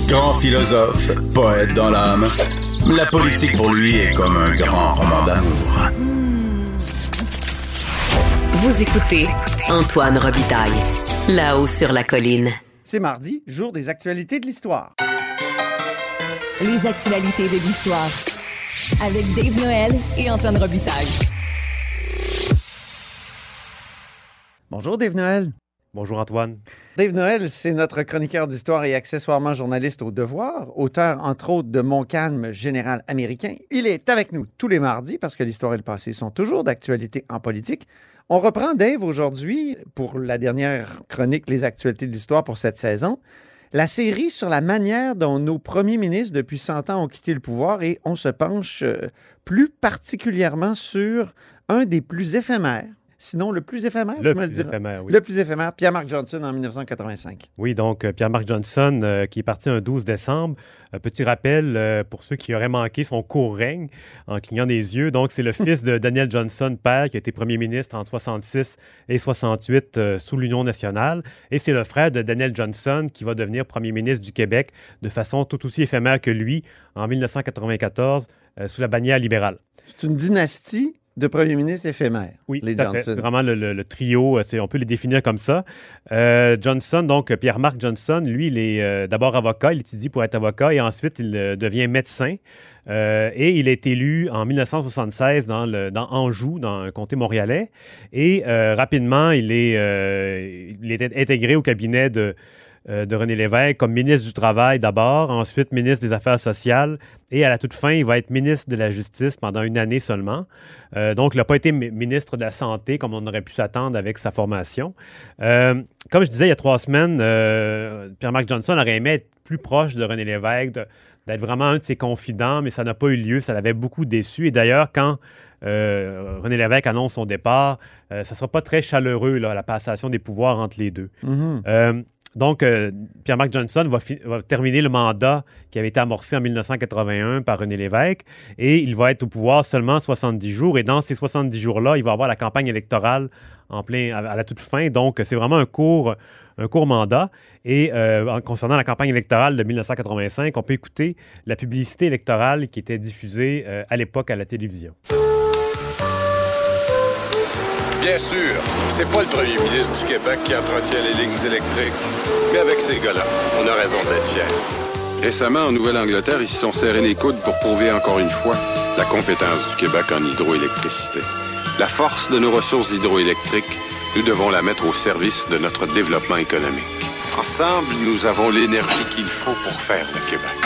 Grand philosophe, poète dans l'âme, la politique pour lui est comme un grand roman d'amour. Vous écoutez Antoine Robitaille, là-haut sur la colline. C'est mardi, jour des actualités de l'histoire. Les actualités de l'histoire. Avec Dave Noël et Antoine Robitaille. Bonjour Dave Noël. Bonjour Antoine. Dave Noël, c'est notre chroniqueur d'histoire et accessoirement journaliste au Devoir, auteur entre autres de Montcalm, général américain. Il est avec nous tous les mardis parce que l'histoire et le passé sont toujours d'actualité en politique. On reprend Dave aujourd'hui pour la dernière chronique Les actualités de l'histoire pour cette saison. La série sur la manière dont nos premiers ministres depuis 100 ans ont quitté le pouvoir et on se penche plus particulièrement sur un des plus éphémères. Sinon, le plus éphémère, le plus éphémère, oui. Le plus éphémère, Pierre-Marc Johnson en 1985. Oui, donc Pierre-Marc Johnson qui est parti un 12 décembre. Petit rappel pour ceux qui auraient manqué son court règne en clignant des yeux. Donc, c'est le fils de Daniel Johnson, père, qui a été premier ministre entre 66 et 68 sous l'Union nationale. Et c'est le frère de Daniel Johnson qui va devenir premier ministre du Québec de façon tout aussi éphémère que lui en 1994 sous la bannière libérale. C'est une dynastie de premiers ministres éphémères. Oui, les tout à Johnson. fait. C'est vraiment le trio, on peut les définir comme ça. Johnson, donc Pierre-Marc Johnson, lui, il est d'abord avocat, il étudie pour être avocat et ensuite il devient médecin. Et il est élu en 1976 dans Anjou, dans un comté montréalais. Et rapidement, il est intégré au cabinet de René Lévesque comme ministre du Travail d'abord, ensuite ministre des Affaires sociales et à la toute fin, il va être ministre de la Justice pendant une année seulement. Donc, il n'a pas été ministre de la Santé comme on aurait pu s'attendre avec sa formation. Comme je disais il y a 3 semaines, Pierre-Marc Johnson aurait aimé être plus proche de René Lévesque, d'être vraiment un de ses confidents, mais ça n'a pas eu lieu, ça l'avait beaucoup déçu. Et d'ailleurs, quand René Lévesque annonce son départ, ça ne sera pas très chaleureux, là, la passation des pouvoirs entre les deux. Mm-hmm. Donc, Pierre-Marc Johnson va terminer le mandat qui avait été amorcé en 1981 par René Lévesque et il va être au pouvoir seulement 70 jours. Et dans ces 70 jours-là, il va avoir la campagne électorale à la toute fin. Donc, c'est vraiment un court mandat. Et concernant la campagne électorale de 1985, on peut écouter la publicité électorale qui était diffusée à l'époque à la télévision. Bien sûr, c'est pas le premier ministre du Québec qui entretient les lignes électriques. Mais avec ces gars-là, on a raison d'être fiers. Récemment, en Nouvelle-Angleterre, ils se sont serrés les coudes pour prouver encore une fois la compétence du Québec en hydroélectricité. La force de nos ressources hydroélectriques, nous devons la mettre au service de notre développement économique. Ensemble, nous avons l'énergie qu'il faut pour faire le Québec.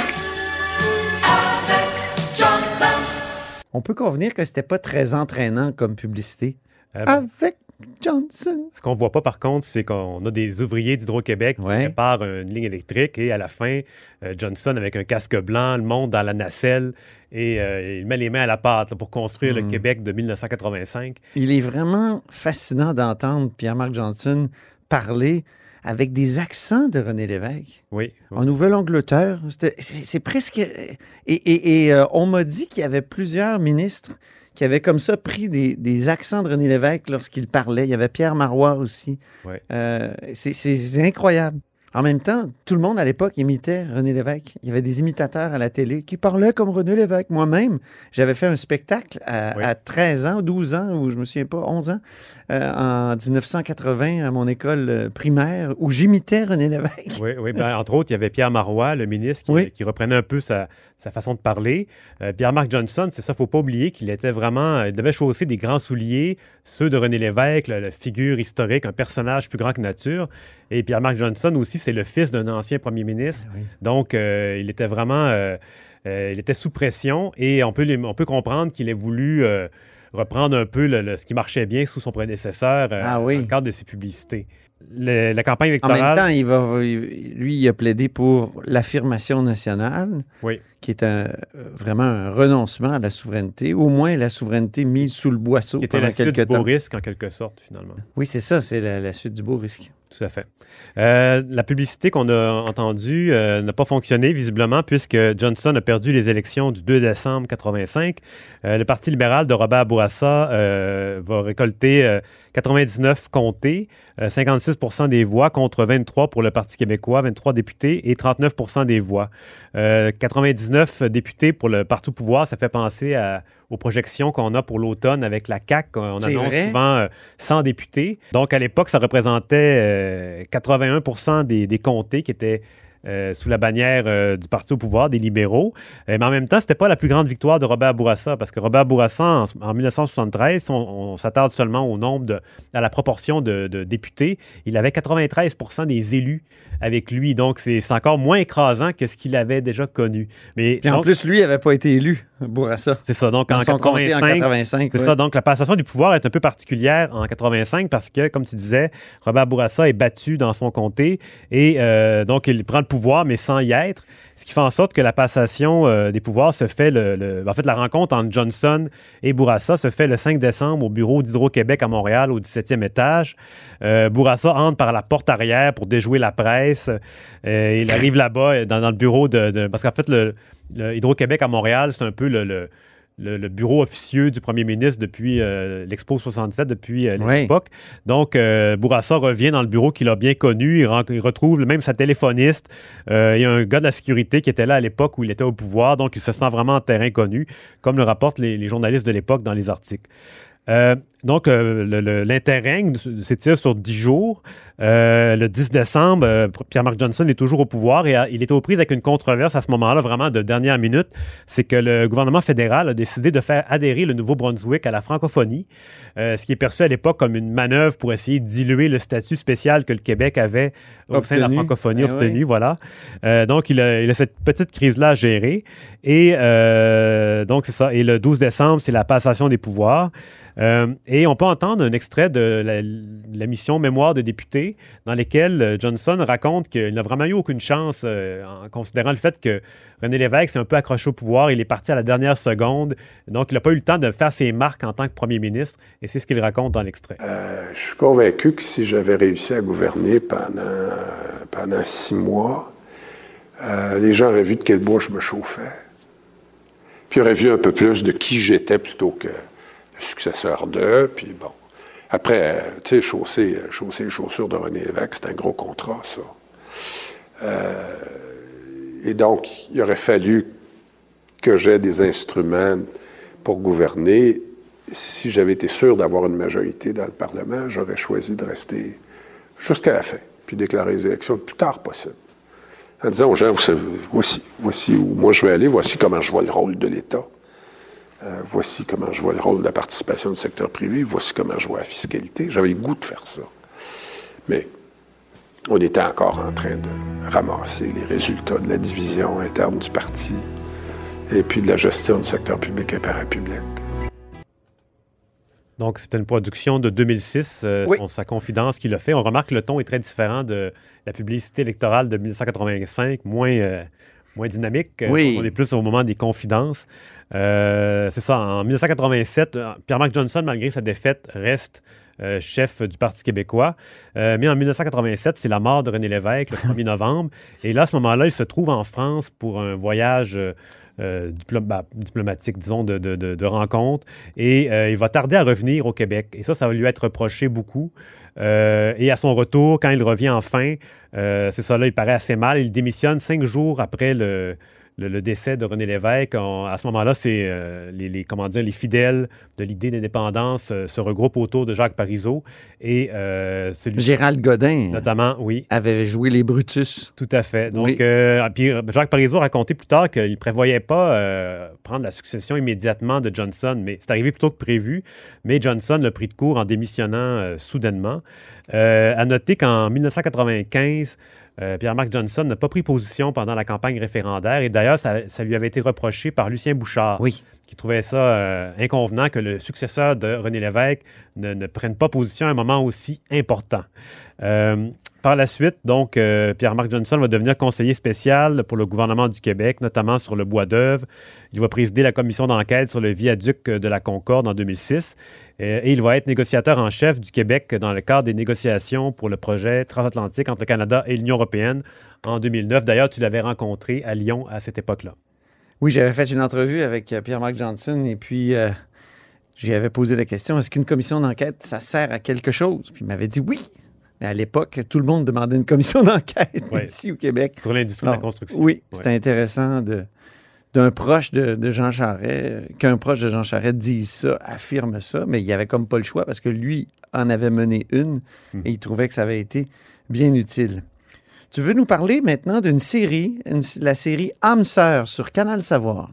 Avec Johnson. On peut convenir que c'était pas très entraînant comme publicité. Avec Johnson. Ce qu'on ne voit pas, par contre, c'est qu'on a des ouvriers d'Hydro-Québec qui préparent une ligne électrique et à la fin, Johnson, avec un casque blanc, le monte dans la nacelle et il met les mains à la pâte là, pour construire le Québec de 1985. Il est vraiment fascinant d'entendre Pierre-Marc Johnson parler avec des accents de René Lévesque. Oui. En Nouvelle-Angleterre. C'est presque... Et on m'a dit qu'il y avait plusieurs ministres qui avait comme ça pris des accents de René Lévesque lorsqu'il parlait. Il y avait Pierre Marois aussi. Ouais. C'est incroyable. En même temps, tout le monde à l'époque imitait René Lévesque. Il y avait des imitateurs à la télé qui parlaient comme René Lévesque. Moi-même, j'avais fait un spectacle à 13 ans, 12 ans, ou je me souviens pas, 11 ans, en 1980 à mon école primaire, où j'imitais René Lévesque. Oui. Entre autres, il y avait Pierre Marois, le ministre, qui reprenait un peu sa façon de parler. Pierre-Marc Johnson, c'est ça, il ne faut pas oublier qu'il était vraiment... Il devait chausser des grands souliers, ceux de René Lévesque, la figure historique, un personnage plus grand que nature. Et Pierre-Marc Johnson aussi, c'est le fils d'un ancien premier ministre. Oui. Donc, il était vraiment... il était sous pression et on peut comprendre qu'il ait voulu reprendre un peu ce qui marchait bien sous son prédécesseur dans le cadre de ses publicités. La campagne électorale... En même temps, il a plaidé pour l'affirmation nationale, qui est vraiment un renoncement à la souveraineté, au moins la souveraineté mise sus le boisseau pendant quelques temps. Qui était la suite du beau risque, en quelque sorte, finalement. Oui, c'est ça, c'est la suite du beau risque. Tout à fait. La publicité qu'on a entendue n'a pas fonctionné visiblement puisque Johnson a perdu les élections du 2 décembre 1985. Le Parti libéral de Robert Bourassa va récolter 99 comtés, 56 % des voix contre 23 pour le Parti québécois, 23 députés et 39 % des voix. 99 députés pour le Parti au pouvoir, ça fait penser aux projections qu'on a pour l'automne avec la CAQ. On annonce souvent 100 députés. Donc, à l'époque, ça représentait 81 % des comtés qui étaient sous la bannière du Parti au pouvoir, des libéraux. Mais en même temps, c'était pas la plus grande victoire de Robert Bourassa, parce que Robert Bourassa, en 1973, on s'attarde seulement au nombre à la proportion de députés. Il avait 93 % des élus avec lui. Donc, c'est encore moins écrasant que ce qu'il avait déjà connu. Mais puis en plus, lui, il n'avait pas été élu, Bourassa. C'est ça. Donc, en 85, c'est ça. Donc, la passation du pouvoir est un peu particulière en 85 parce que, comme tu disais, Robert Bourassa est battu dans son comté et donc, il prend le pouvoir, mais sans y être. Ce qui fait en sorte que la passation des pouvoirs se fait, en fait, la rencontre entre Johnson et Bourassa se fait le 5 décembre au bureau d'Hydro-Québec à Montréal, au 17e étage. Bourassa entre par la porte arrière pour déjouer la presse. Il arrive là-bas dans le bureau parce qu'en fait, le Hydro-Québec à Montréal, c'est un peu le bureau officieux du premier ministre depuis l'Expo 67, depuis l'époque. Donc, Bourassa revient dans le bureau qu'il a bien connu. Il retrouve même sa téléphoniste. Il y a un gars de la sécurité qui était là à l'époque où il était au pouvoir. Donc, il se sent vraiment en terrain connu, comme le rapportent les journalistes de l'époque dans les articles. Donc, l'interrègne s'étire sur 10 jours. Le 10 décembre, Pierre-Marc Johnson est toujours au pouvoir et il est aux prises avec une controverse à ce moment-là, vraiment de dernière minute. C'est que le gouvernement fédéral a décidé de faire adhérer le Nouveau-Brunswick à la francophonie, ce qui est perçu à l'époque comme une manœuvre pour essayer de diluer le statut spécial que le Québec avait au sein de la francophonie obtenu. Voilà. Donc, il a cette petite crise-là à gérer. Et donc, c'est ça. Et le 12 décembre, c'est la passation des pouvoirs. Et on peut entendre un extrait de la mission Mémoire de député dans lequel Johnson raconte qu'il n'a vraiment eu aucune chance en considérant le fait que René Lévesque s'est un peu accroché au pouvoir. Il est parti à la dernière seconde. Donc, il n'a pas eu le temps de faire ses marques en tant que premier ministre. Et c'est ce qu'il raconte dans l'extrait. Je suis convaincu que si j'avais réussi à gouverner pendant 6 mois, les gens auraient vu de quel bois je me chauffais. Puis ils auraient vu un peu plus de qui j'étais plutôt que successeur d'eux, puis bon. Après, tu sais, chausser les chaussures de René Lévesque, c'est un gros contrat, ça. Et donc, il aurait fallu que j'aie des instruments pour gouverner. Si j'avais été sûr d'avoir une majorité dans le Parlement, j'aurais choisi de rester jusqu'à la fin, puis déclarer les élections le plus tard possible. En disant aux gens, voici où moi je vais aller, voici comment je vois le rôle de l'État. Voici comment je vois le rôle de la participation du secteur privé, voici comment je vois la fiscalité. J'avais le goût de faire ça. Mais on était encore en train de ramasser les résultats de la division interne du parti et puis de la gestion du secteur public et parapublic. Donc, c'était une production de 2006, sa confidence qu'il a fait. On remarque que le ton est très différent de la publicité électorale de 1985, moins dynamique. Oui. On est plus au moment des confidences. C'est ça, en 1987, Pierre-Marc Johnson, malgré sa défaite, reste chef du Parti québécois. Mais en 1987, c'est la mort de René Lévesque, le 1er novembre. Et là, à ce moment-là, il se trouve en France pour un voyage diplomatique, disons, de rencontre. Et il va tarder à revenir au Québec. Et ça va lui être reproché beaucoup. Et à son retour, quand il revient enfin, c'est ça, là, il paraît assez mal. Il démissionne 5 jours après le décès de René Lévesque. À ce moment-là, c'est les fidèles de l'idée d'indépendance se regroupent autour de Jacques Parizeau. Et Gérald Godin, notamment, oui, avait joué les Brutus. Tout à fait. Donc, puis Jacques Parizeau a raconté plus tard qu'il ne prévoyait pas prendre la succession immédiatement de Johnson, mais c'est arrivé plus tôt que prévu. Mais Johnson l'a pris de court en démissionnant soudainement. À noter qu'en 1995, Pierre-Marc Johnson n'a pas pris position pendant la campagne référendaire et d'ailleurs, ça lui avait été reproché par Lucien Bouchard, qui trouvait ça inconvenant que le successeur de René Lévesque ne prenne pas position à un moment aussi important. Par la suite, donc, Pierre-Marc Johnson va devenir conseiller spécial pour le gouvernement du Québec, notamment sur le bois d'œuvre. Il va présider la commission d'enquête sur le viaduc de la Concorde en 2006. Et il va être négociateur en chef du Québec dans le cadre des négociations pour le projet transatlantique entre le Canada et l'Union européenne en 2009. D'ailleurs, tu l'avais rencontré à Lyon à cette époque-là. Oui, j'avais fait une entrevue avec Pierre-Marc Johnson et puis j'y avais posé la question, est-ce qu'une commission d'enquête, ça sert à quelque chose? Puis il m'avait dit oui. Mais à l'époque, tout le monde demandait une commission d'enquête ici au Québec. Sur l'industrie de la construction. Oui, c'était intéressant d'un proche de Jean Charest, qu'un proche de Jean Charest dise ça, affirme ça, mais il n'y avait comme pas le choix parce que lui en avait mené une et il trouvait que ça avait été bien utile. Tu veux nous parler maintenant d'une série, la série Âme sœur sur Canal Savoir.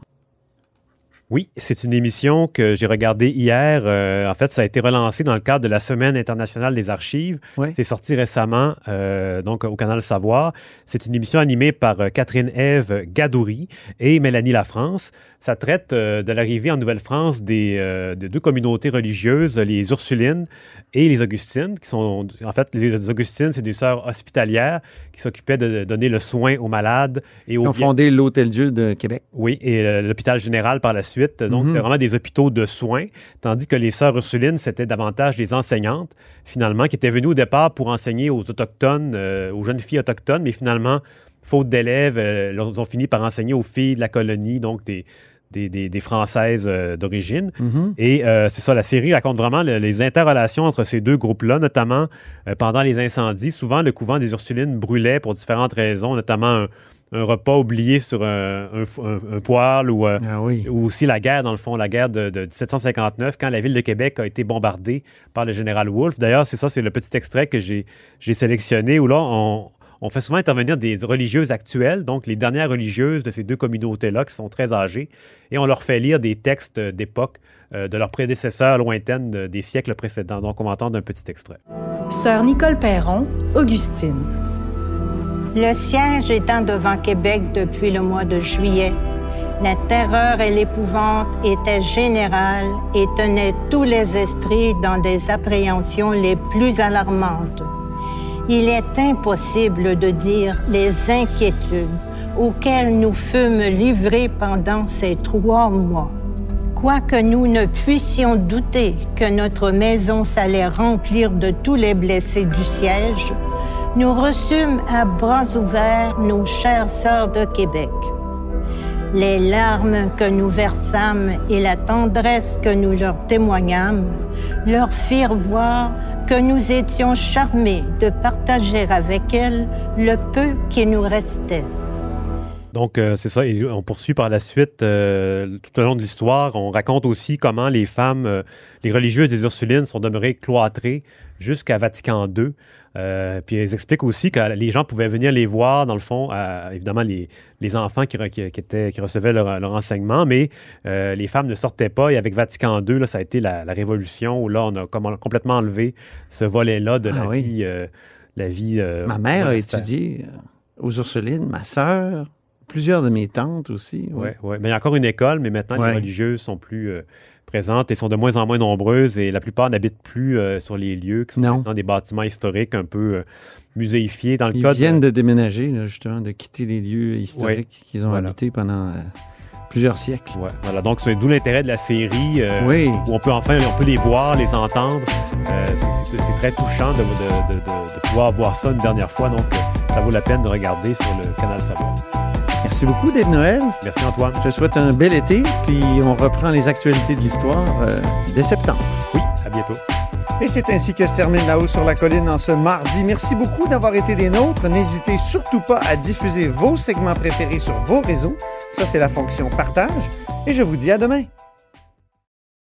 Oui, c'est une émission que j'ai regardée hier. En fait, ça a été relancé dans le cadre de la Semaine internationale des archives. Oui. C'est sorti récemment donc au Canal Savoir. C'est une émission animée par Catherine-Ève Gadouri et Mélanie Lafrance. Ça traite de l'arrivée en Nouvelle-France de deux communautés religieuses, les Ursulines et les Augustines, qui sont, en fait, les Augustines, c'est des sœurs hospitalières qui s'occupaient de donner le soin aux malades. Et Qui ont fondé l'Hôtel-Dieu de Québec. Oui, et l'hôpital général par la suite. Donc, c'est vraiment des hôpitaux de soins, tandis que les sœurs Ursulines, c'était davantage des enseignantes, finalement, qui étaient venues au départ pour enseigner aux Autochtones, aux jeunes filles autochtones, mais finalement, faute d'élèves, elles ont fini par enseigner aux filles de la colonie, donc des Françaises d'origine. Et c'est ça, la série raconte vraiment les interrelations entre ces deux groupes-là, notamment pendant les incendies. Souvent, le couvent des Ursulines brûlait pour différentes raisons, notamment un repas oublié sur un poêle ou aussi la guerre, dans le fond, la guerre de 1759, quand la ville de Québec a été bombardée par le général Wolfe. D'ailleurs, c'est le petit extrait que j'ai sélectionné, où là, on fait souvent intervenir des religieuses actuelles, donc les dernières religieuses de ces deux communautés-là qui sont très âgées, et on leur fait lire des textes d'époque de leurs prédécesseurs lointaines des siècles précédents. Donc, on va entendre un petit extrait. Sœur Nicole Perron, Augustine. Le siège étant devant Québec depuis le mois de juillet, la terreur et l'épouvante étaient générales et tenaient tous les esprits dans des appréhensions les plus alarmantes. Il est impossible de dire les inquiétudes auxquelles nous fûmes livrés pendant ces 3 mois. Quoique nous ne puissions douter que notre maison s'allait remplir de tous les blessés du siège, nous reçûmes à bras ouverts nos chères sœurs de Québec. Les larmes que nous versâmes et la tendresse que nous leur témoignâmes leur firent voir que nous étions charmés de partager avec elles le peu qui nous restait. Donc, c'est ça. Et on poursuit par la suite tout au long de l'histoire. On raconte aussi comment les femmes, les religieuses des Ursulines sont demeurées cloîtrées jusqu'à Vatican II. Puis elles expliquent aussi que les gens pouvaient venir les voir, dans le fond, évidemment, les enfants qui recevaient leur enseignement, mais les femmes ne sortaient pas. Et avec Vatican II, là, ça a été la révolution, où là, on a complètement enlevé ce volet-là de la vie. Ma mère a étudié aux Ursulines, ma sœur, plusieurs de mes tantes aussi. Oui. Mais il y a encore une école, mais maintenant, les religieuses sont plus présentes et sont de moins en moins nombreuses, et la plupart n'habitent plus sur les lieux, qui sont maintenant des bâtiments historiques un peu muséifiés. Ils viennent de déménager, là, justement, de quitter les lieux historiques qu'ils ont habités pendant plusieurs siècles. Ouais, voilà, donc c'est d'où l'intérêt de la série, où on peut les voir, les entendre. C'est très touchant de pouvoir voir ça une dernière fois, donc ça vaut la peine de regarder sur le Canal Savoir. Merci beaucoup, Dave Noël. Merci, Antoine. Je te souhaite un bel été, puis on reprend les actualités de l'histoire dès septembre. Oui, à bientôt. Et c'est ainsi que se termine Là-haut sur la colline en ce mardi. Merci beaucoup d'avoir été des nôtres. N'hésitez surtout pas à diffuser vos segments préférés sur vos réseaux. Ça, c'est la fonction partage. Et je vous dis à demain.